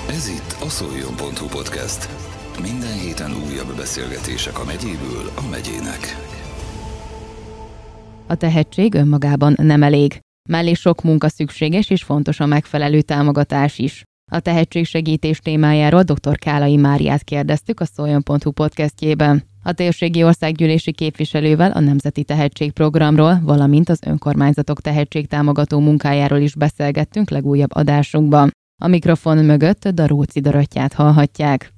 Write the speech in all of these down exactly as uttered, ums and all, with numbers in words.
Ez itt a Szóljon pont hu podcast. Minden héten újabb beszélgetések a megyéből a megyének. A tehetség önmagában nem elég. Mellé sok munka szükséges, és fontos a megfelelő támogatás is. A tehetségsegítés témájáról dr. Kálai Máriát kérdeztük a Szóljon pont hu podcastjében. A térségi országgyűlési képviselővel a Nemzeti Tehetségprogramról, valamint az önkormányzatok tehetségtámogató munkájáról is beszélgettünk legújabb adásunkban. A mikrofon mögött Daróci Dorottyát hallhatják.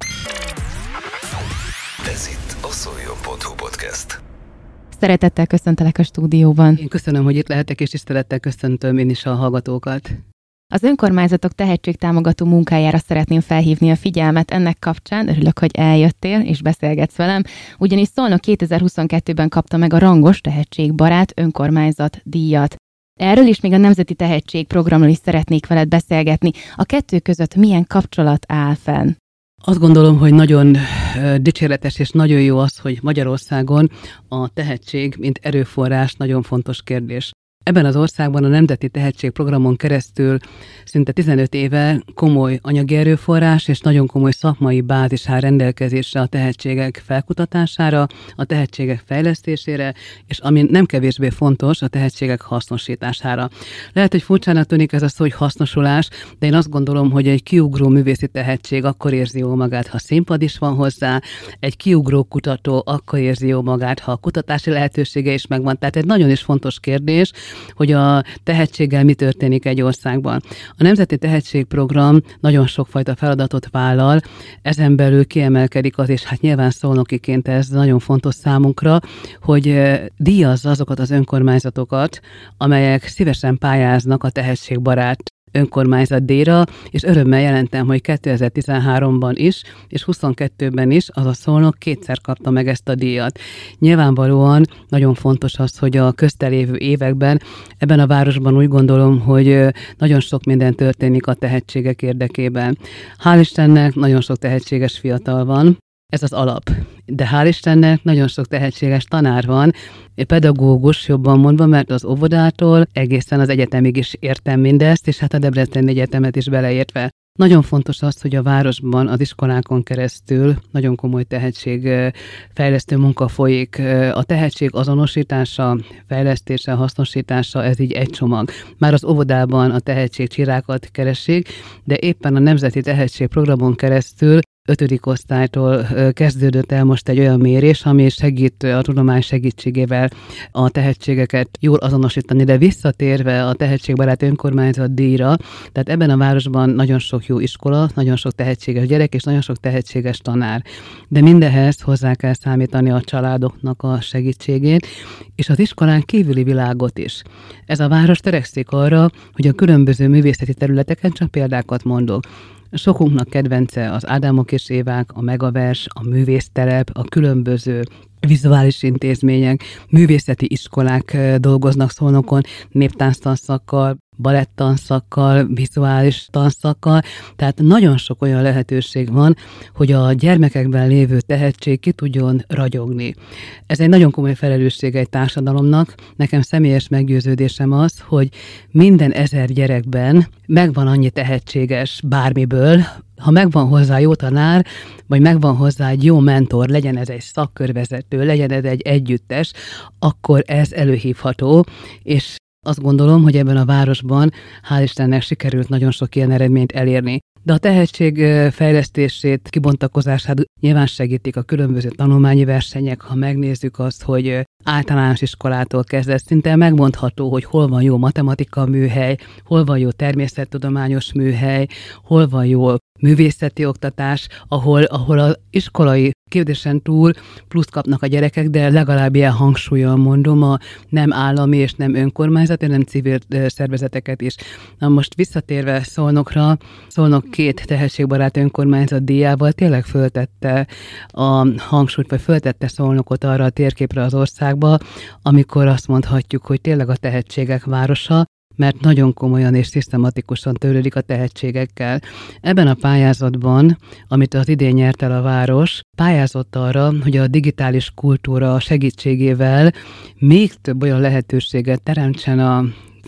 Ez itt a Szóljon pont hu podcast. Szeretettel köszöntelek a stúdióban. Én köszönöm, hogy itt lehetek, és tisztelettel köszöntöm én is a hallgatókat. Az önkormányzatok tehetségtámogató munkájára szeretném felhívni a figyelmet ennek kapcsán. Örülök, hogy eljöttél és beszélgetsz velem, ugyanis Szolnok kétezer-huszonkettőben kapta meg a Rangos Tehetségbarát önkormányzat díjat. Erről is még a Nemzeti Tehetségprogramról is szeretnék veled beszélgetni. A kettő között milyen kapcsolat áll fenn? Azt gondolom, hogy nagyon dicséretes és nagyon jó az, hogy Magyarországon a tehetség, mint erőforrás nagyon fontos kérdés. Ebben az országban a Nemzeti Tehetségprogramon keresztül szinte tizenöt éve komoly anyagi erőforrás és nagyon komoly szakmai bázis áll rendelkezésre a tehetségek felkutatására, a tehetségek fejlesztésére, és ami nem kevésbé fontos, a tehetségek hasznosítására. Lehet, hogy furcsának tűnik ez a szó, hogy hasznosulás, de én azt gondolom, hogy egy kiugró művészi tehetség akkor érzi jól magát, ha színpad is van hozzá, egy kiugró kutató akkor érzi jól magát, ha a kutatási lehetősége is megvan. Tehát egy nagyon is fontos kérdés, hogy a tehetséggel mi történik egy országban. A Nemzeti Tehetségprogram nagyon sokfajta feladatot vállal, ezen belül kiemelkedik az, és hát nyilván szolnokiként ez nagyon fontos számunkra, hogy díjazza azokat az önkormányzatokat, amelyek szívesen pályáznak a tehetségbarát önkormányzat díjra, és örömmel jelentem, hogy kétezer-tizenháromban is, és huszonkettőben is, azaz Szolnok kétszer kapta meg ezt a díjat. Nyilvánvalóan nagyon fontos az, hogy a köztelévő években ebben a városban úgy gondolom, hogy nagyon sok minden történik a tehetségek érdekében. Hál' Istennek nagyon sok tehetséges fiatal van, ez az alap. De hál' Istennek nagyon sok tehetséges tanár van, pedagógus jobban mondva, mert az óvodától egészen az egyetemig is értem mindezt, és hát a Debreceni Egyetemet is beleértve. Nagyon fontos az, hogy a városban az iskolákon keresztül nagyon komoly tehetségfejlesztő munka folyik. A tehetség azonosítása, fejlesztése, hasznosítása, ez így egy csomag. Már az óvodában a tehetségcsirákat keresik, de éppen a Nemzeti Tehetségprogramon keresztül ötödik osztálytól kezdődött el most egy olyan mérés, ami segít a tudomány segítségével a tehetségeket jól azonosítani, de visszatérve a tehetségbarát önkormányzat díjra, tehát ebben a városban nagyon sok jó iskola, nagyon sok tehetséges gyerek és nagyon sok tehetséges tanár. De mindehhez hozzá kell számítani a családoknak a segítségét, és az iskolán kívüli világot is. Ez a város törekszik arra, hogy a különböző művészeti területeken, csak példákat mondok, sokunknak kedvence az Ádámok és Évák, a Megavers, a Művésztelep, a különböző vizuális intézmények, művészeti iskolák dolgoznak Szolnokon, néptánctanszakkal, baletttanszakkal, vizuális tanszakkal, tehát nagyon sok olyan lehetőség van, hogy a gyermekekben lévő tehetség ki tudjon ragyogni. Ez egy nagyon komoly felelősség egy társadalomnak. Nekem személyes meggyőződésem az, hogy minden ezer gyerekben megvan annyi tehetséges bármiből, ha megvan hozzá jó tanár, vagy megvan hozzá egy jó mentor, legyen ez egy szakkörvezető, legyen ez egy együttes, akkor ez előhívható, és azt gondolom, hogy ebben a városban hál' Istennek sikerült nagyon sok ilyen eredményt elérni. De a tehetség fejlesztését, kibontakozását nyilván segítik a különböző tanulmányi versenyek, ha megnézzük azt, hogy általános iskolától kezdve szinte megmondható, hogy hol van jó matematika műhely, hol van jó természettudományos műhely, hol van jó művészeti oktatás, ahol, ahol az iskolai képzésen túl plusz kapnak a gyerekek, de legalább ilyen hangsúlyon mondom, a nem állami és nem önkormányzat, hanem civil szervezeteket is. Na most visszatérve Szolnokra, Szolnok két tehetségbarát önkormányzat díjával tényleg föltette a hangsúlyt, vagy föltette Szolnokot arra a térképre az országba, amikor azt mondhatjuk, hogy tényleg a tehetségek városa, mert nagyon komolyan és szisztematikusan törődik a tehetségekkel. Ebben a pályázatban, amit az idén nyert el a város, pályázott arra, hogy a digitális kultúra segítségével még több olyan lehetőséget teremtsen a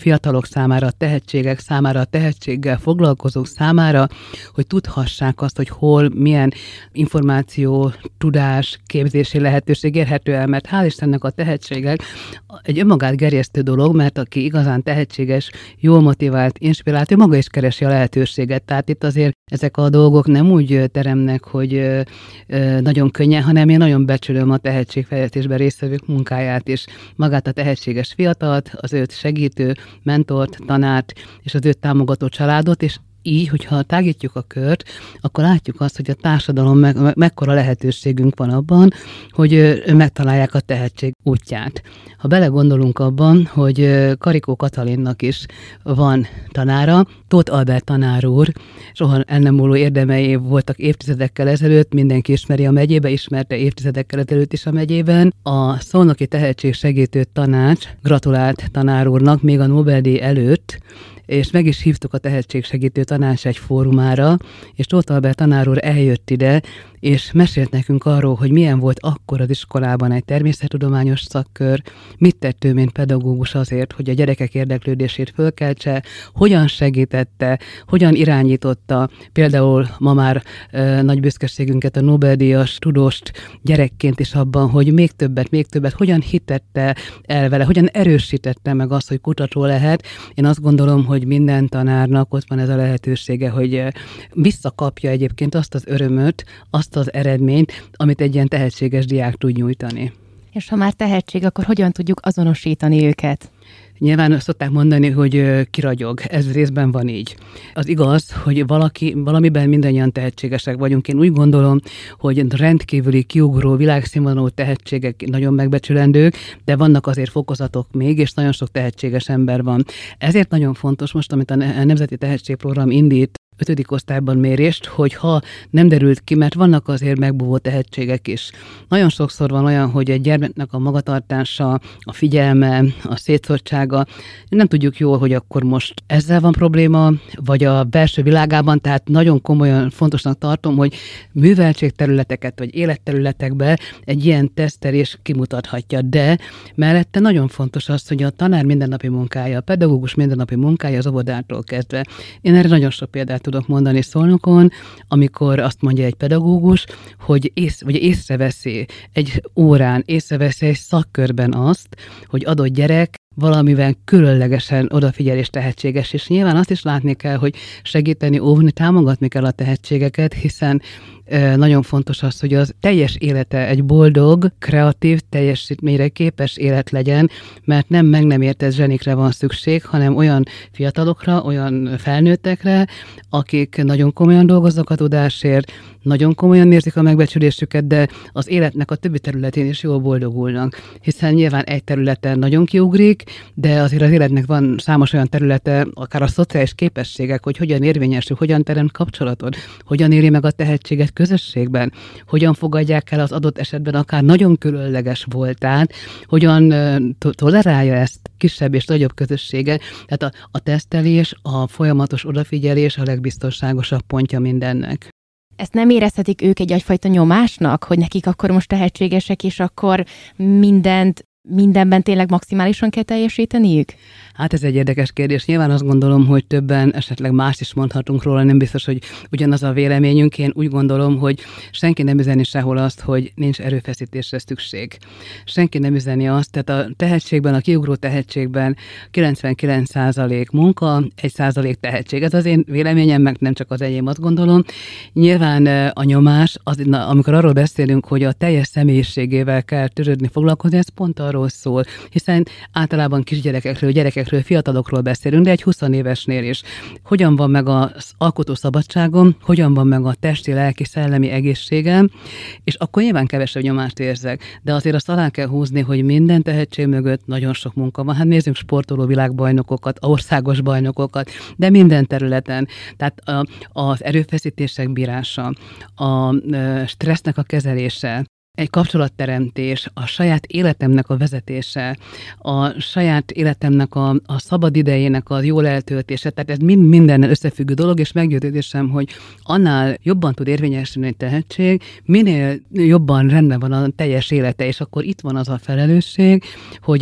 fiatalok számára, a tehetségek számára, a tehetséggel foglalkozók számára, hogy tudhassák azt, hogy hol, milyen információ, tudás, képzési lehetőség érhető el, mert hál' Istennek a tehetségek egy önmagát gerjesztő dolog, mert aki igazán tehetséges, jól motivált, inspirált, ő maga is keresi a lehetőséget. Tehát itt azért ezek a dolgok nem úgy teremnek, hogy nagyon könnyen, hanem én nagyon becsülöm a tehetségfejlesztésben résztvevők munkáját is. Magát a tehetséges fiatalt, az őt segítő, mentort, tanárt és az őt támogató családot, és így, hogyha tágítjuk a kört, akkor látjuk azt, hogy a társadalom meg, me, mekkora lehetőségünk van abban, hogy megtalálják a tehetség útját. Ha belegondolunk abban, hogy Karikó Katalinnak is van tanára, Tóth Albert tanár úr, soha el nem múló érdemei voltak évtizedekkel ezelőtt, mindenki ismeri a megyébe, ismerte évtizedekkel ezelőtt is a megyében. A Szolnoki Tehetségsegítő Tanács gratulált tanár úrnak még a Nobel-díj előtt, és meg is hívtuk a Tehetségsegítő Tanács egy fórumára, és Tóth Albert tanár úr eljött ide, és mesélt nekünk arról, hogy milyen volt akkor az iskolában egy természettudományos szakkör, mit tett ő, mint pedagógus azért, hogy a gyerekek érdeklődését fölkeltse, hogyan segítette, hogyan irányította például ma már e, nagy büszkeségünket a Nobel-díjas tudóst gyerekként is abban, hogy még többet, még többet, hogyan hitette el vele, hogyan erősítette meg azt, hogy kutató lehet. Én azt gondolom, hogy minden tanárnak ott van ez a lehetősége, hogy visszakapja egyébként azt az örömöt, azt az eredményt, amit egy ilyen tehetséges diák tud nyújtani. És ha már tehetség, akkor hogyan tudjuk azonosítani őket? Nyilván azt szokták mondani, hogy kiragyog. Ez részben van így. Az igaz, hogy valaki, valamiben mindannyian tehetségesek vagyunk. Én úgy gondolom, hogy rendkívüli, kiugró, világszínvonalú tehetségek nagyon megbecsülendők, de vannak azért fokozatok még, és nagyon sok tehetséges ember van. Ezért nagyon fontos most, amit a Nemzeti Tehetségprogram indít, ötödik osztályban mérést, hogy ha nem derült ki, mert vannak azért megbúvó tehetségek is. Nagyon sokszor van olyan, hogy egy gyermeknek a magatartása, a figyelme, a szétszottsága, nem tudjuk jól, hogy akkor most ezzel van probléma, vagy a belső világában, tehát nagyon komolyan fontosnak tartom, hogy műveltségterületeket, vagy életterületekbe egy ilyen tesztelés kimutathatja, de mellette nagyon fontos az, hogy a tanár mindennapi munkája, a pedagógus mindennapi munkája az óvodától kezdve. Én erre nagyon sok példát tudok mondani Szolnokon, amikor azt mondja egy pedagógus, hogy ész, vagy észreveszi egy órán, észreveszi egy szakkörben azt, hogy adott gyerek valamivel különlegesen odafigyel és tehetséges, és nyilván azt is látni kell, hogy segíteni, óvni, támogatni kell a tehetségeket, hiszen nagyon fontos az, hogy az teljes élete egy boldog, kreatív, teljesítményre képes élet legyen, mert nem meg nem értett zsenikre van szükség, hanem olyan fiatalokra, olyan felnőttekre, akik nagyon komolyan dolgoznak a tudásért, nagyon komolyan érzik a megbecsülésüket, de az életnek a többi területén is jól boldogulnak. Hiszen nyilván egy területen nagyon kiugrik, de azért az életnek van számos olyan területe, akár a szociális képességek, hogy hogyan érvényesül, hogyan teremt kapcsolatot, hogyan éri meg a tehetséget közösségben, hogyan fogadják el az adott esetben akár nagyon különleges voltát, hogyan to- tolerálja ezt kisebb és nagyobb közössége. Tehát a, a tesztelés, a folyamatos odafigyelés a legbiztonságosabb pontja mindennek. Ezt nem érezhetik ők egy egyfajta nyomásnak, hogy nekik akkor most tehetségesek, és akkor mindent, mindenben tényleg maximálisan kell teljesíteniük? Hát ez egy érdekes kérdés. Nyilván azt gondolom, hogy többen esetleg más is mondhatunk róla, nem biztos, hogy ugyanaz a véleményünk. Én úgy gondolom, hogy senki nem üzeni sehol azt, hogy nincs erőfeszítésre szükség. Senki nem üzeni azt, tehát a tehetségben, a kiugró tehetségben kilencvenkilenc százalék munka, egy százalék tehetség. Ez az én véleményem, meg nem csak az enyém, azt gondolom. Nyilván a nyomás, az, na, amikor arról beszélünk, hogy a teljes személyiségével kell törődni, foglalkozni, ez pont arról szól, hiszen általában kisgyerekekről, gyerekekről, fiatalokról beszélünk, de egy húsz évesnél is. Hogyan van meg az alkotó szabadságom, hogyan van meg a testi, lelki, szellemi egészségem, és akkor nyilván kevesebb nyomást érzek. De azért azt alá kell húzni, hogy minden tehetség mögött nagyon sok munka van. Hát nézzünk sportoló világbajnokokat, országos bajnokokat, de minden területen. Tehát a, az erőfeszítések bírása, a stressznek a kezelése, egy kapcsolatteremtés, a saját életemnek a vezetése, a saját életemnek a, a szabad idejének a jól eltöltése, tehát ez mind mindennel összefüggő dolog, és meggyőződésem, hogy annál jobban tud érvényesülni egy tehetség, minél jobban rendben van a teljes élete, és akkor itt van az a felelősség, hogy a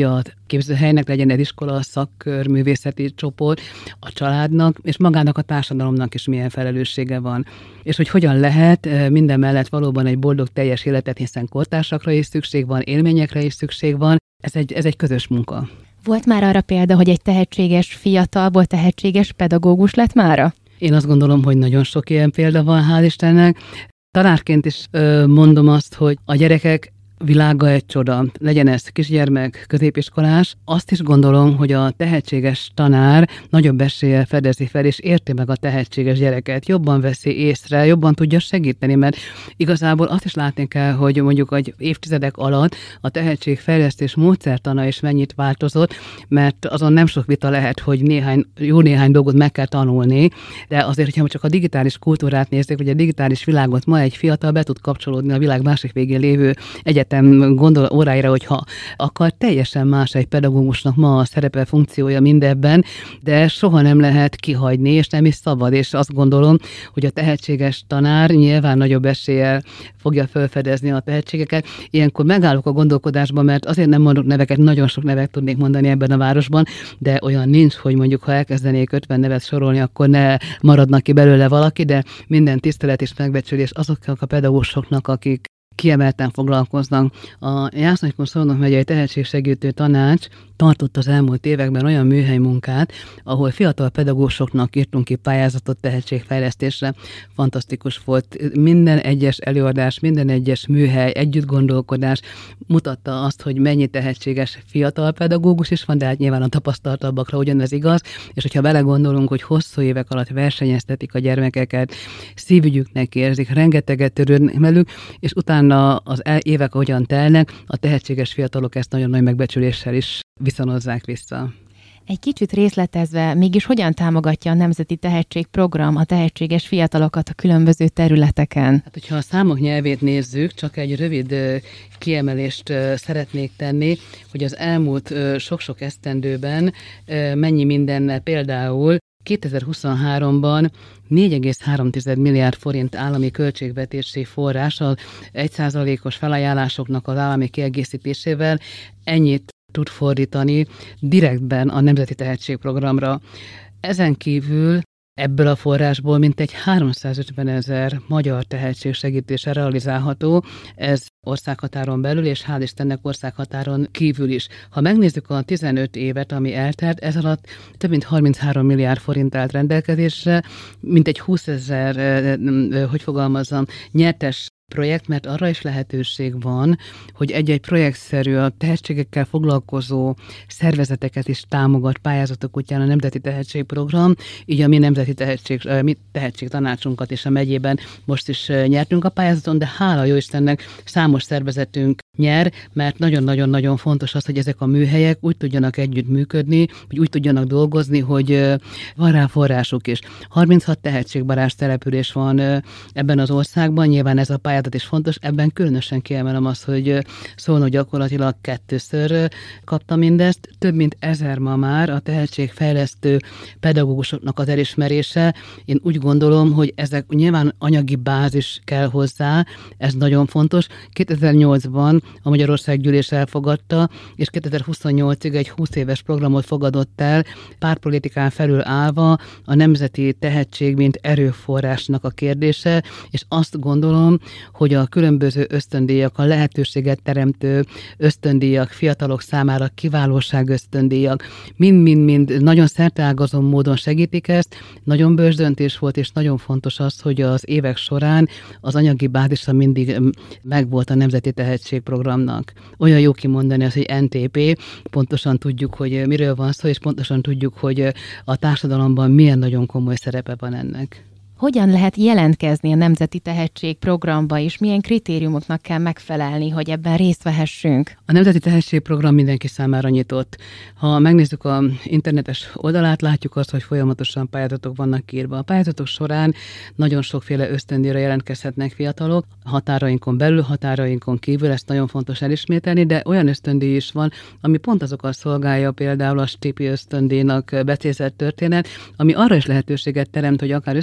képzőhelynek, legyen egy iskola, szakkör, művészeti csoport, a családnak, és magának a társadalomnak is milyen felelőssége van. És hogy hogyan lehet minden mellett valóban egy boldog, teljes életet, hiszen kortársakra is szükség van, élményekre is szükség van, ez egy, ez egy közös munka. Volt már arra példa, hogy egy tehetséges fiatalból tehetséges pedagógus lett mára? Én azt gondolom, hogy nagyon sok ilyen példa van, hál' Istennek. Tanárként is ö, mondom azt, hogy a gyerekek világa egy csoda, legyen ez kisgyermek, középiskolás. Azt is gondolom, hogy a tehetséges tanár nagyobb eséllyel fedezi fel, és érti meg a tehetséges gyereket, jobban veszi észre, jobban tudja segíteni, mert igazából azt is látni kell, hogy mondjuk egy évtizedek alatt a tehetségfejlesztés módszertana is mennyit változott, mert azon nem sok vita lehet, hogy néhány, jó néhány dolgot meg kell tanulni, de azért, hogyha csak a digitális kultúrát nézzük, vagy a digitális világot, ma egy fiatal be tud kapcsolódni a világ másik végén lévő egyet gondol óráira, hogyha akar, teljesen más egy pedagógusnak ma a szerepe, funkciója mindebben, de soha nem lehet kihagyni, és nem is szabad, és azt gondolom, hogy a tehetséges tanár nyilván nagyobb eséllyel fogja felfedezni a tehetségeket. Ilyenkor megállok a gondolkodásban, mert azért nem mondok neveket, nagyon sok nevet tudnék mondani ebben a városban, de olyan nincs, hogy mondjuk, ha elkezdenék ötven nevet sorolni, akkor ne maradnak ki belőle valaki, de minden tisztelet és megbecsülés azoknak a pedagógusoknak, akik kiemelten foglalkoznak. A Jász-Nagykun-Szolnok megyei tehetségsegítő tanács tartott az elmúlt években olyan műhelymunkát, ahol fiatal pedagógusoknak írtunk ki pályázatot tehetségfejlesztésre. Fantasztikus volt. Minden egyes előadás, minden egyes műhely, együttgondolkodás mutatta azt, hogy mennyi tehetséges fiatal pedagógus is van, de hát nyilván a tapasztaltabbakra ugyanez igaz, és hogyha belegondolunk, hogy hosszú évek alatt versenyeztetik a gyermekeket, szívügyüknek érzik, rengeteget törődnek velük, és utána az évek hogyan telnek, a tehetséges fiatalok ezt nagyon nagy megbecsüléssel is viszonozzák vissza. Egy kicsit részletezve, mégis hogyan támogatja a Nemzeti Tehetségprogram a tehetséges fiatalokat a különböző területeken? Hát, hogyha a számok nyelvét nézzük, csak egy rövid kiemelést szeretnék tenni, hogy az elmúlt sok-sok esztendőben mennyi mindennel, például kétezer-huszonháromban négy egész három milliárd forint állami költségvetési forrás az egy százalékos felajánlásoknak az állami kiegészítésével ennyit tud fordítani direktben a Nemzeti Tehetségprogramra. Ezen kívül ebből a forrásból mintegy háromszázötven ezer magyar tehetségsegítése realizálható, ez országhatáron belül, és hál' Istennek országhatáron kívül is. Ha megnézzük a tizenöt évet, ami eltelt, ez alatt több mint harminchárom milliárd forint állt rendelkezésre, mintegy húszezer, hogy fogalmazzam, nyertes projekt, mert arra is lehetőség van, hogy egy-egy projektszerű a tehetségekkel foglalkozó szervezeteket is támogat pályázatok útján a Nemzeti Tehetségprogram, így a mi Nemzeti Tehetség, mi Tehetségtanácsunkat is a megyében most is nyertünk a pályázaton, de hála jó Istennek számos szervezetünk nyer, mert nagyon-nagyon-nagyon fontos az, hogy ezek a műhelyek úgy tudjanak együtt működni, hogy úgy tudjanak dolgozni, hogy van rá forrásuk is. harminchat tehetségbarát település van ebben az országban, nyilván ez a pályázat is fontos, ebben különösen kiemelem azt, hogy Szolnok gyakorlatilag kettőször kapta mindezt, több mint ezer ma már a tehetségfejlesztő pedagógusoknak az elismerése. Én úgy gondolom, hogy ezek nyilván anyagi bázis kell hozzá, ez nagyon fontos. kétezer-nyolcban a Magyarországgyűlés elfogadta, és kétezer-huszonnyolcig egy húsz éves programot fogadott el, pártpolitikán felül állva a nemzeti tehetség, mint erőforrásnak a kérdése, és azt gondolom, hogy a különböző ösztöndíjak, a lehetőséget teremtő ösztöndíjak, fiatalok számára kiválóság ösztöndíjak, mind-mind-mind nagyon szerteágazó módon segítik ezt. Nagyon bölcs döntés volt, és nagyon fontos az, hogy az évek során az anyagi bázisa mindig megvolt a Nemzeti Tehetségprogramnak. Olyan jó kimondani az, hogy en té pé, pontosan tudjuk, hogy miről van szó, és pontosan tudjuk, hogy a társadalomban milyen nagyon komoly szerepe van ennek. Hogyan lehet jelentkezni a Nemzeti Tehetségprogramba, és milyen kritériumoknak kell megfelelni, hogy ebben részt vehessünk? A Nemzeti Tehetségprogram mindenki számára nyitott. Ha megnézzük az internetes oldalát, látjuk azt, hogy folyamatosan pályázatok vannak írva. A pályázatok során nagyon sokféle ösztöndíjra jelentkezhetnek fiatalok, határainkon belül, határainkon kívül, ezt nagyon fontos elismételni, de olyan ösztöndíj is van, ami pont azokat szolgálja, például a Stipi ösztöndíjnak becézett történet, ami arra is lehetőséget teremt, hogy akár ösztöndíj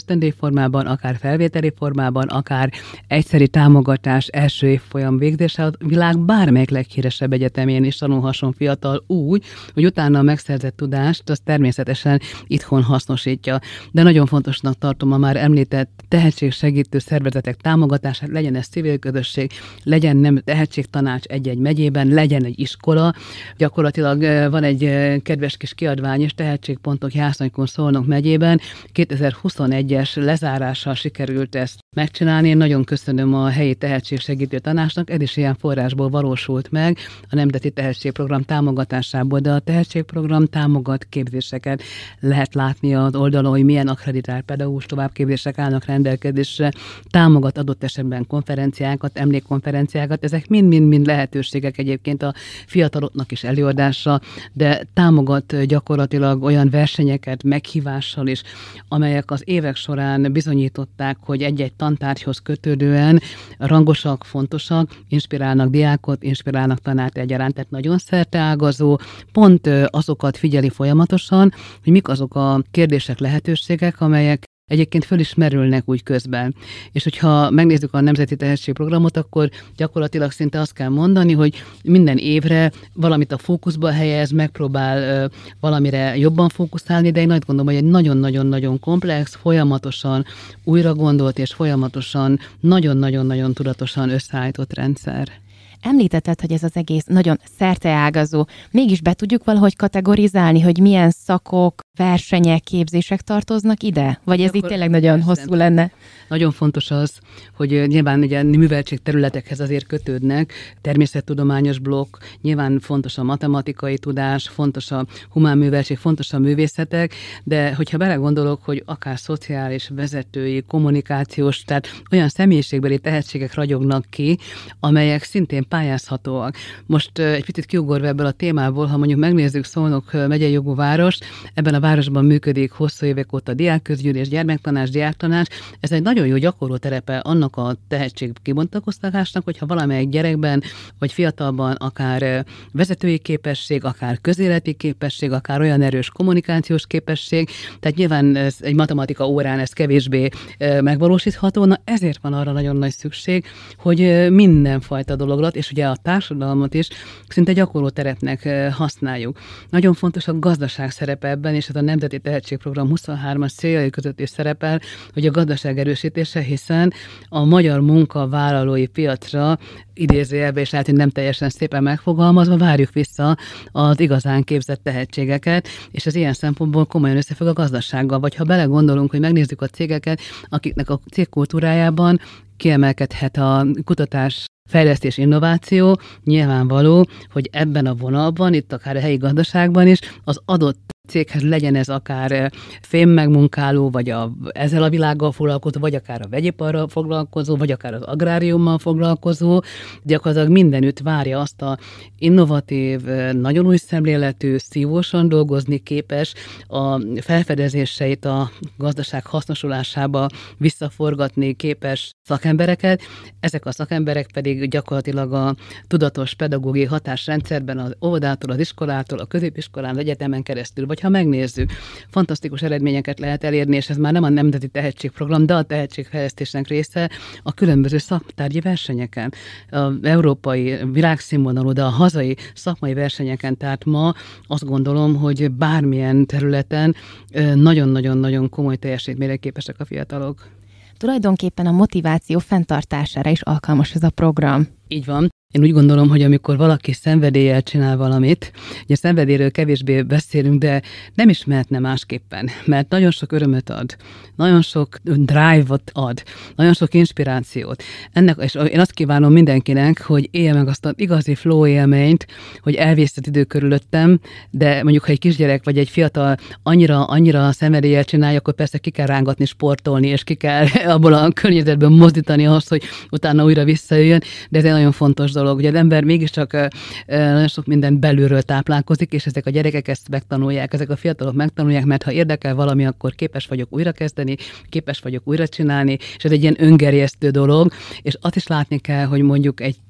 formában, akár felvételi formában, akár egyszeri támogatás első évfolyam végzése a világ bármelyik leghíresebb egyetemén is tanulhasson fiatal úgy, hogy utána a megszerzett tudást az természetesen itthon hasznosítja. De nagyon fontosnak tartom a már említett tehetségsegítő szervezetek támogatását, legyen ez civil közösség, legyen nem tehetségtanács egy-egy megyében, legyen egy iskola. Gyakorlatilag van egy kedves kis kiadvány is, tehetségpontok Jászonykon, Szolnok megyében. kétezer-huszonegyes lezárással sikerült ezt megcsinálni. Én nagyon köszönöm a helyi tehetségsegítő tanácsnak, ez is ilyen forrásból valósult meg a Nemzeti Tehetségprogram támogatásából, de a tehetségprogram támogat képzéseket. Lehet látni az oldalon, hogy milyen akkreditált pedagógus továbbképzések állnak rendelkezésre, támogat adott esetben konferenciákat, emlékkonferenciákat, ezek mind-mind-mind lehetőségek egyébként a fiataloknak is előadásra, de támogat gyakorlatilag olyan versenyeket meghívással is, amelyek az évek során bizonyították, hogy egy-egy tantárgyhoz kötődően rangosak, fontosak, inspirálnak diákot, inspirálnak tanárt egyaránt, tehát nagyon szerteágazó, pont azokat figyeli folyamatosan, hogy mik azok a kérdések, lehetőségek, amelyek egyébként föl is merülnek úgy közben. És hogyha megnézzük a Nemzeti Tehetségprogramot, akkor gyakorlatilag szinte azt kell mondani, hogy minden évre valamit a fókuszba helyez, megpróbál valamire jobban fókuszálni, de én azt gondolom, hogy egy nagyon-nagyon-nagyon komplex, folyamatosan újra gondolt és folyamatosan nagyon-nagyon-nagyon tudatosan összeállított rendszer. Említetted, hogy ez az egész nagyon szerteágazó. Mégis be tudjuk valahogy kategorizálni, hogy milyen szakok, versenyek, képzések tartoznak ide? Vagy ez itt tényleg nagyon persze. hosszú lenne? Nagyon fontos az, hogy nyilván ugye műveltség területekhez azért kötődnek, természettudományos blokk, nyilván fontos a matematikai tudás, fontos a humán műveltség, fontos a művészetek, de hogyha belegondolok, hogy akár szociális, vezetői, kommunikációs, tehát olyan személyiségbeli tehetségek ragyognak ki, amelyek szintén pályázhatóak. Most egy picit kiugorva ebből a témából, ha mondjuk megnézzük Szolnok megyei jogú várost, ebben a városban működik hosszú évek óta diákközgyűlés, gyermektanács, diáktanács. Ez egy nagyon jó gyakorló terepe annak a tehetség kibontakoztatásnak, hogyha valamelyik gyerekben vagy fiatalban akár vezetői képesség, akár közéleti képesség, akár olyan erős kommunikációs képesség, tehát nyilván ez egy matematika órán ez kevésbé megvalósítható, na ezért van arra nagyon nagy szükség, hogy mindenfajta dologra, és ugye a társadalmat is szinte gyakorló terepnek használjuk. Nagyon fontos a gazdaság szerepe ebben, és ez a Nemzeti Tehetségprogram huszonhármas céljai között is szerepel, hogy a gazdaság erősítése, hiszen a magyar munkavállalói piacra idézőjelben, és lehet, hogy nem teljesen szépen megfogalmazva, várjuk vissza az igazán képzett tehetségeket, és az ilyen szempontból komolyan összefügg a gazdasággal. Vagy ha belegondolunk, hogy megnézzük a cégeket, akiknek a cégkultúrájában kiemelkedhet a kutatás, fejlesztés, innováció, nyilvánvaló, hogy ebben a vonalban, itt akár a helyi gazdaságban is, az adott céghez legyen ez akár fémmegmunkáló, vagy a, ezzel a világgal foglalkozó, vagy akár a vegyiparral foglalkozó, vagy akár az agráriummal foglalkozó, gyakorlatilag mindenütt várja azt a innovatív, nagyon új szemléletű, szívósan dolgozni képes, a felfedezéseit a gazdaság hasznosulásába visszaforgatni képes szakembereket. Ezek a szakemberek pedig gyakorlatilag a tudatos pedagógiai hatásrendszerben az óvodától, az iskolától, a középiskolán, az egyetemen keresztül, vagy ha megnézzük, fantasztikus eredményeket lehet elérni, és ez már nem a Nemzeti Tehetségprogram, de a tehetségfejlesztésnek része a különböző szaktárgyi versenyeken, az európai világszínvonalú, de a hazai szakmai versenyeken, tehát ma azt gondolom, hogy bármilyen területen nagyon-nagyon-nagyon komoly teljesítményre képesek a fiatalok. Tulajdonképpen a motiváció fenntartására is alkalmas ez a program. Így van. Én úgy gondolom, hogy amikor valaki szenvedéllyel csinál valamit, ugye a szenvedélyről kevésbé beszélünk, de nem is mehetne másképpen, mert nagyon sok örömöt ad, nagyon sok drive-ot ad, nagyon sok inspirációt. Ennek, és én azt kívánom mindenkinek, hogy élje meg azt az igazi flow élményt, hogy elvészett idő körülöttem, de mondjuk, ha egy kisgyerek vagy egy fiatal annyira, annyira szenvedéllyel csinálja, akkor persze ki kell rángatni, sportolni, és ki kell abból a környezetből mozdítani ahhoz, hogy utána újra visszajöjjön, de ez egy nagyon fontos dolog. Ugye az ember mégiscsak nagyon sok minden belülről táplálkozik, és ezek a gyerekek ezt megtanulják, ezek a fiatalok megtanulják, mert ha érdekel valami, akkor képes vagyok újrakezdeni, képes vagyok újra csinálni, és ez egy ilyen öngerjesztő dolog, és azt is látni kell, hogy mondjuk egy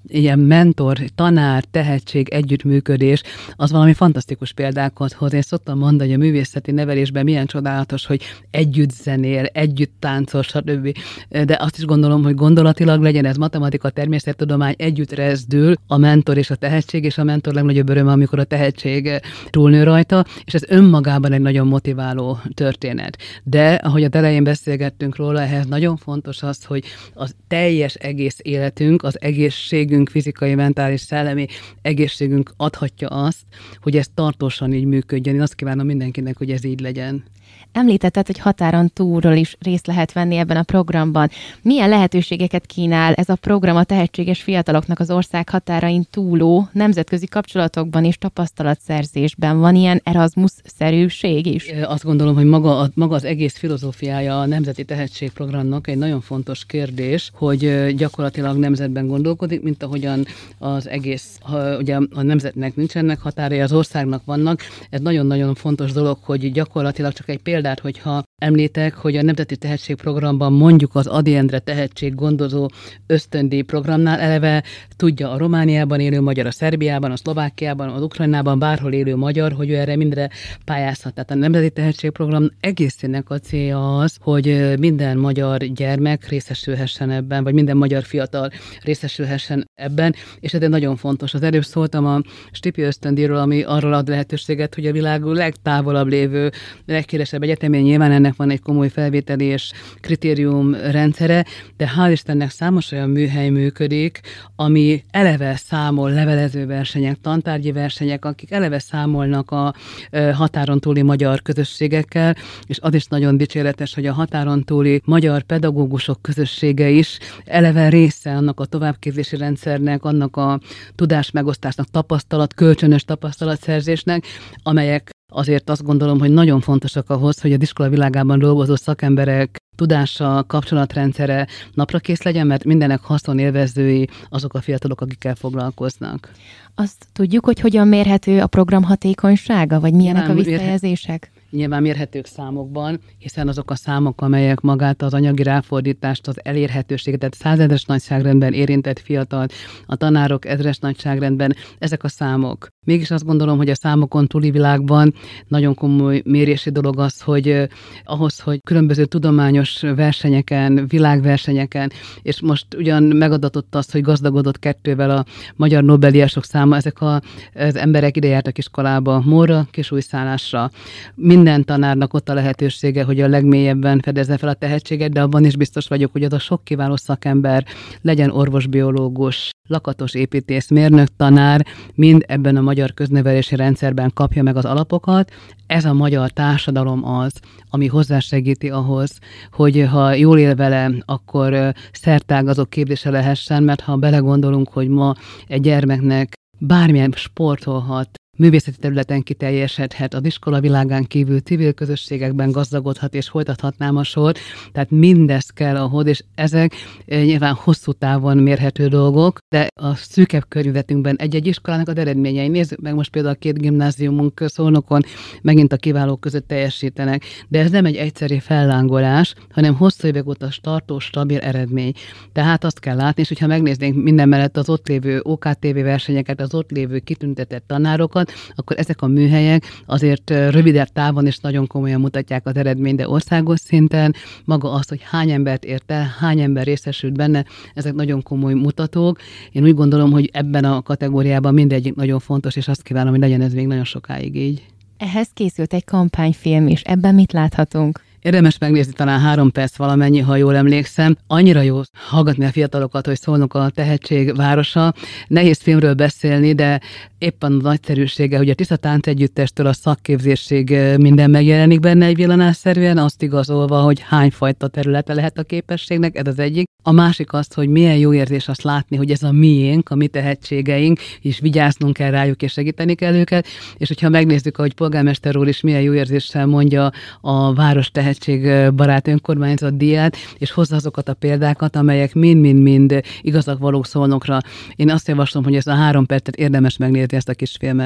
ilyen mentor, tanár, tehetség, együttműködés, az valami fantasztikus példákat hoz. Én szoktam mondani, hogy a művészeti nevelésben milyen csodálatos, hogy együtt zenél, együtt táncol, stb. De azt is gondolom, hogy gondolatilag legyen ez matematika, természettudomány, együtt rezdül a mentor és a tehetség, és a mentor legnagyobb öröm, amikor a tehetség túlnő rajta, és ez önmagában egy nagyon motiváló történet. De, ahogy a elején beszélgettünk róla, ehhez nagyon fontos az, hogy az teljes egész életünk, az egészségünk, fizikai, mentális, szellemi egészségünk adhatja azt, hogy ez tartósan így működjön. Én azt kívánom mindenkinek, hogy ez így legyen. Említetted, hogy határon túlról is részt lehet venni ebben a programban. Milyen lehetőségeket kínál ez a program a tehetséges fiataloknak az ország határain túló nemzetközi kapcsolatokban és tapasztalatszerzésben? Van ilyen Erasmus-szerűség is? Azt gondolom, hogy maga, maga az egész filozófiája a Nemzeti Tehetségprogramnak egy nagyon fontos kérdés, hogy gyakorlatilag nemzetben gondolkodik, mint ahogyan az egész, ugye a nemzetnek nincsenek határai, az országnak vannak. Ez nagyon-nagyon fontos dolog, hogy gyakorlatilag csak egy példát, hogyha említek, hogy a Nemzeti Tehetségprogramban mondjuk az Ady Endre tehetséggondozó ösztöndíj programnál eleve tudja a Romániában élő magyar, a Szerbiában, a Szlovákiában, az Ukrajnában, bárhol élő magyar, hogy ő erre mindre pályázhat. Tehát a Nemzeti Tehetségprogram egészének a célja az, hogy minden magyar gyermek részesülhessen ebben, vagy minden magyar fiatal részesülhessen ebben, és ez nagyon fontos. Az előbb szóltam a Stipi ösztöndíjról, ami arról ad lehetőséget, hogy a világ legtávolabb lévő, legkíresebb egyetemén nyilván ennek van egy komoly felvételi és kritérium rendszere, de hál' Istennek számos olyan műhely működik, ami eleve számol levelező versenyek, tantárgyi versenyek, akik eleve számolnak a határon túli magyar közösségekkel, és az is nagyon dicséretes, hogy a határon túli magyar pedagógusok közössége is eleve része annak a továbbképzési rendszernek, annak a tudásmegosztásnak, tapasztalat, kölcsönös tapasztalatszerzésnek, amelyek azért azt gondolom, hogy nagyon fontosak ahhoz, hogy az iskola világában dolgozó szakemberek tudása, kapcsolatrendszere naprakész legyen, mert mindenek haszonélvezői azok a fiatalok, akikkel foglalkoznak. Azt tudjuk, hogy hogyan mérhető a program hatékonysága, vagy milyenek Nem, a visszajelzések? Nyilván mérhetők számokban, hiszen azok a számok, amelyek magát az anyagi ráfordítást, az elérhetőséget, tehát százezres nagyságrendben érintett fiatalt, a tanárok ezres nagyságrendben, ezek a számok. Mégis azt gondolom, hogy a számokon túli világban nagyon komoly mérési dolog az, hogy eh, ahhoz, hogy különböző tudományos versenyeken, világversenyeken, és most ugyan megadatott az, hogy gazdagodott kettővel a magyar Nobel-díjasok száma, ezek a, az emberek ide jártak iskolába, Móra, Kisújszállásra. Minden tanárnak ott a lehetősége, hogy a legmélyebben fedezze fel a tehetséget, de abban is biztos vagyok, hogy az a sok kiváló szakember, legyen orvosbiológus, lakatos építész, mérnök, tanár, mind ebben a magyar köznevelési rendszerben kapja meg az alapokat. Ez a magyar társadalom az, ami hozzásegíti ahhoz, hogy ha jól él vele, akkor szertágazó képzése lehessen, mert ha belegondolunk, hogy ma egy gyermeknek bármilyen sportolhat, művészeti területen kiteljesedhet, az iskola világán kívül civil közösségekben gazdagodhat és folytathatnám a sort. Tehát mindez kell ahhoz, és ezek nyilván hosszú távon mérhető dolgok, de a szűkebb környezetünkben egy-egy iskolának az eredményei. Nézzük meg most például a két gimnáziumunk Szolnokon megint a kiválók között teljesítenek, de ez nem egy egyszeri fellángolás, hanem hosszú évek óta tartó, stabil eredmény. Tehát azt kell látni, és hogyha megnéznénk minden mellett az ott lévő ó ká té vé versenyeket, az ott lévő kitüntetett tanárokat, akkor ezek a műhelyek azért rövidebb távon és nagyon komolyan mutatják az eredményt, de országos szinten maga az, hogy hány embert ért el, hány ember részesült benne, ezek nagyon komoly mutatók. Én úgy gondolom, hogy ebben a kategóriában mindegyik nagyon fontos, és azt kívánom, hogy legyen ez még nagyon sokáig így. Ehhez készült egy kampányfilm is. Ebben mit láthatunk? Érdemes megnézni, talán három perc valamennyi, ha jól emlékszem. Annyira jó hallgatni a fiatalokat, hogy Szolnok a tehetség városa. Nehéz filmről beszélni, de éppen a nagyszerűsége, hogy a Tisza Táncegyüttestől a szakképzésig minden megjelenik benne egy villanásszerűen, azt igazolva, hogy hányfajta területe lehet a képességnek, ez az egyik. A másik az, hogy milyen jó érzés azt látni, hogy ez a miénk, a mi tehetségeink, és vigyáznunk kell rájuk, és segíteni kell őket. És hogyha megnézzük, ahogy polgármester úr is milyen jó érzéssel mondja a város tehetségbarát önkormányzat díját, és hozza azokat a példákat, amelyek mind-mind-mind igazak valók Szolnokra. Én azt javaslom, hogy ezt a három percet érdemes megnézni, ezt a kis filmet.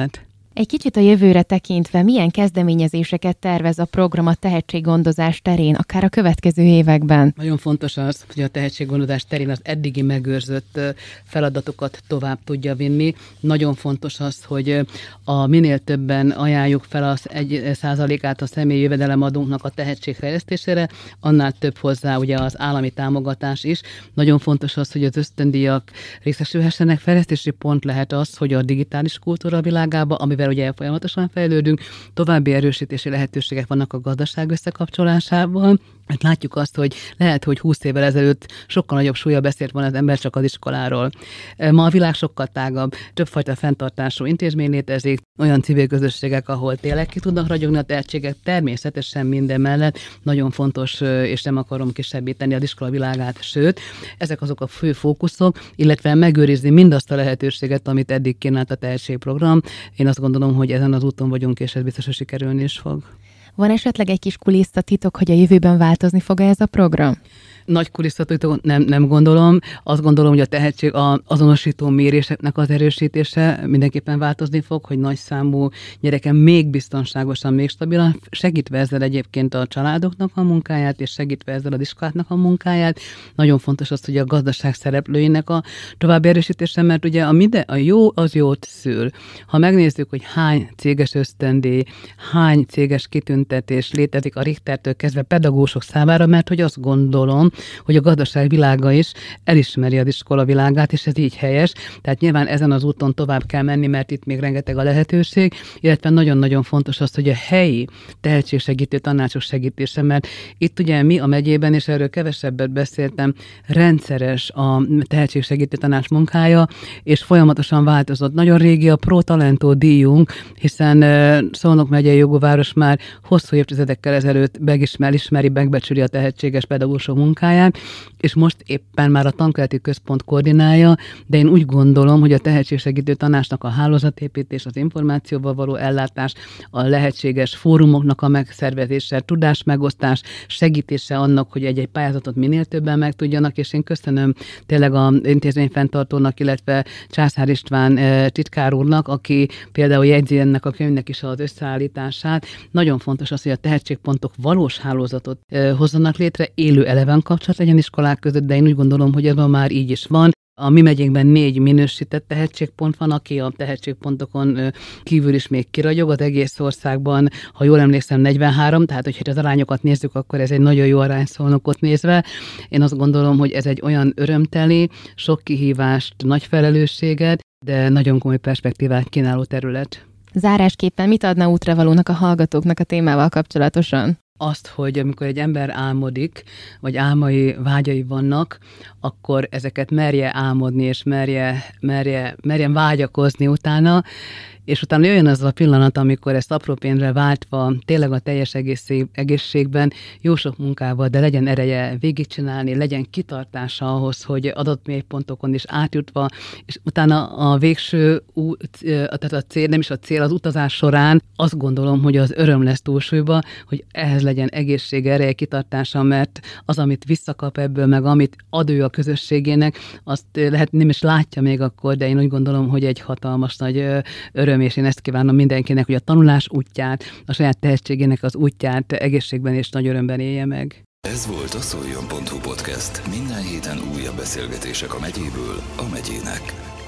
Egy kicsit a jövőre tekintve, milyen kezdeményezéseket tervez a program a tehetséggondozás terén, akár a következő években? Nagyon fontos az, hogy a tehetséggondozás terén az eddigi megőrzött feladatokat tovább tudja vinni. Nagyon fontos az, hogy a minél többen ajánljuk fel az egy százalékát a személyi jövedelemadónknak a tehetségfejlesztésére, annál több hozzá ugye az állami támogatás is. Nagyon fontos az, hogy az ösztöndíjak részesülhessenek. Fejlesztési pont lehet az, hogy a digitális kultúra világába, amivel ugye folyamatosan fejlődünk, további erősítési lehetőségek vannak a gazdaság összekapcsolásában. Hát látjuk azt, hogy lehet, hogy húsz évvel ezelőtt sokkal nagyobb súlya beszélt volna az ember csak az iskoláról. Ma a világ sokkal tágabb, többfajta fenntartású intézmény létezik, olyan civil közösségek, ahol tényleg ki tudnak ragyogni a tehetségek, természetesen minden mellett nagyon fontos, és nem akarom kisebbíteni az iskola világát, sőt, ezek azok a fő fókuszok, illetve megőrizni mindazt a lehetőséget, amit eddig kínált a tehetségprogram. Én azt gondolom, hogy ezen az úton vagyunk, és ez biztos, hogy sikerülni is fog. Van esetleg egy kis kulisszatitok, hogy a jövőben változni fog ez a program? Nagy kulisszatitok nem, nem gondolom. Azt gondolom, hogy a tehetség a azonosító méréseknek az erősítése mindenképpen változni fog, hogy nagy számú gyereken még biztonságosan, még stabilan, segítve ezzel egyébként a családoknak a munkáját, és segítve ezzel az iskoláknak a munkáját. Nagyon fontos az, hogy a gazdaság szereplőinek a további erősítése, mert ugye a, minden, a jó az jót szül. Ha megnézzük, hogy hány céges ösztöndíj, hány céges kitüntetés létezik a Richtertől kezdve pedagógusok számára, mert hogy azt gondolom, hogy a gazdaság világa is elismeri az iskola világát, és ez így helyes. Tehát nyilván ezen az úton tovább kell menni, mert itt még rengeteg a lehetőség, illetve nagyon-nagyon fontos az, hogy a helyi tehetségsegítő tanácsok segítése, mert itt ugye mi a megyében, és erről kevesebbet beszéltem, rendszeres a tehetségsegítő tanács munkája, és folyamatosan változott. Nagyon régi a Pro Talento díjunk, hiszen Szolnok megyei jogúváros már hosszú évtizedekkel ezelőtt megismer, ismeri, megbecsüli a tehetséges pedagógusok munkáját, és most éppen már a tankeleti központ koordinálja, de én úgy gondolom, hogy a tehetségsegítő tanácsnak a hálózatépítés, az információval való ellátás, a lehetséges fórumoknak a megszervezése, tudásmegosztás, segítése annak, hogy egy-egy pályázatot minél többen meg tudjanak, és én köszönöm tényleg az intézményfenntartónak, illetve Császár István titkár úrnak, aki például jegyzi ennek a könyvnek is az összeállítását. Nagyon fontos az, hogy a tehetségpontok valós hálózatot hozzanak létre, élő eleven kapcsolat legyen iskolák között, de én úgy gondolom, hogy ez ma már így is van. A mi megyénkben négy minősített tehetségpont van, aki a tehetségpontokon kívül is még kiragyog az egész országban, ha jól emlékszem, negyvenhárom, tehát hogyha az arányokat nézzük, akkor ez egy nagyon jó arány Szolnokot nézve. Én azt gondolom, hogy ez egy olyan örömteli, sok kihívást, nagy felelősséget, de nagyon komoly perspektívát kínáló terület. Zárásképpen mit adna útravalónak a hallgatóknak a témával kapcsolatosan? Azt, hogy amikor egy ember álmodik, vagy álmai, vágyai vannak, akkor ezeket merje álmodni, és merje, merje, merjen vágyakozni utána, és utána jöjjön az a pillanat, amikor ezt apró pénzre váltva, tényleg a teljes egészségben, jó sok munkával, de legyen ereje végigcsinálni, legyen kitartása ahhoz, hogy adott mélypontokon is átjutva, és utána a végső út, tehát a cél, nem is a cél, az utazás során azt gondolom, hogy az öröm lesz túlsúlyba, hogy ehhez legyen egészség, ereje, kitartása, mert az, amit visszakap ebből, meg amit ad ő a közösségének, azt lehet nem is látja még akkor, de én úgy gondolom, hogy egy hatalmas nagy öröm, és én ezt kívánom mindenkinek, hogy a tanulás útját, a saját tehetségének az útját egészségben és nagy örömben élje meg. Ez volt a szoljon pont hu podcast. Minden héten újabb beszélgetések a megyéből a megyének.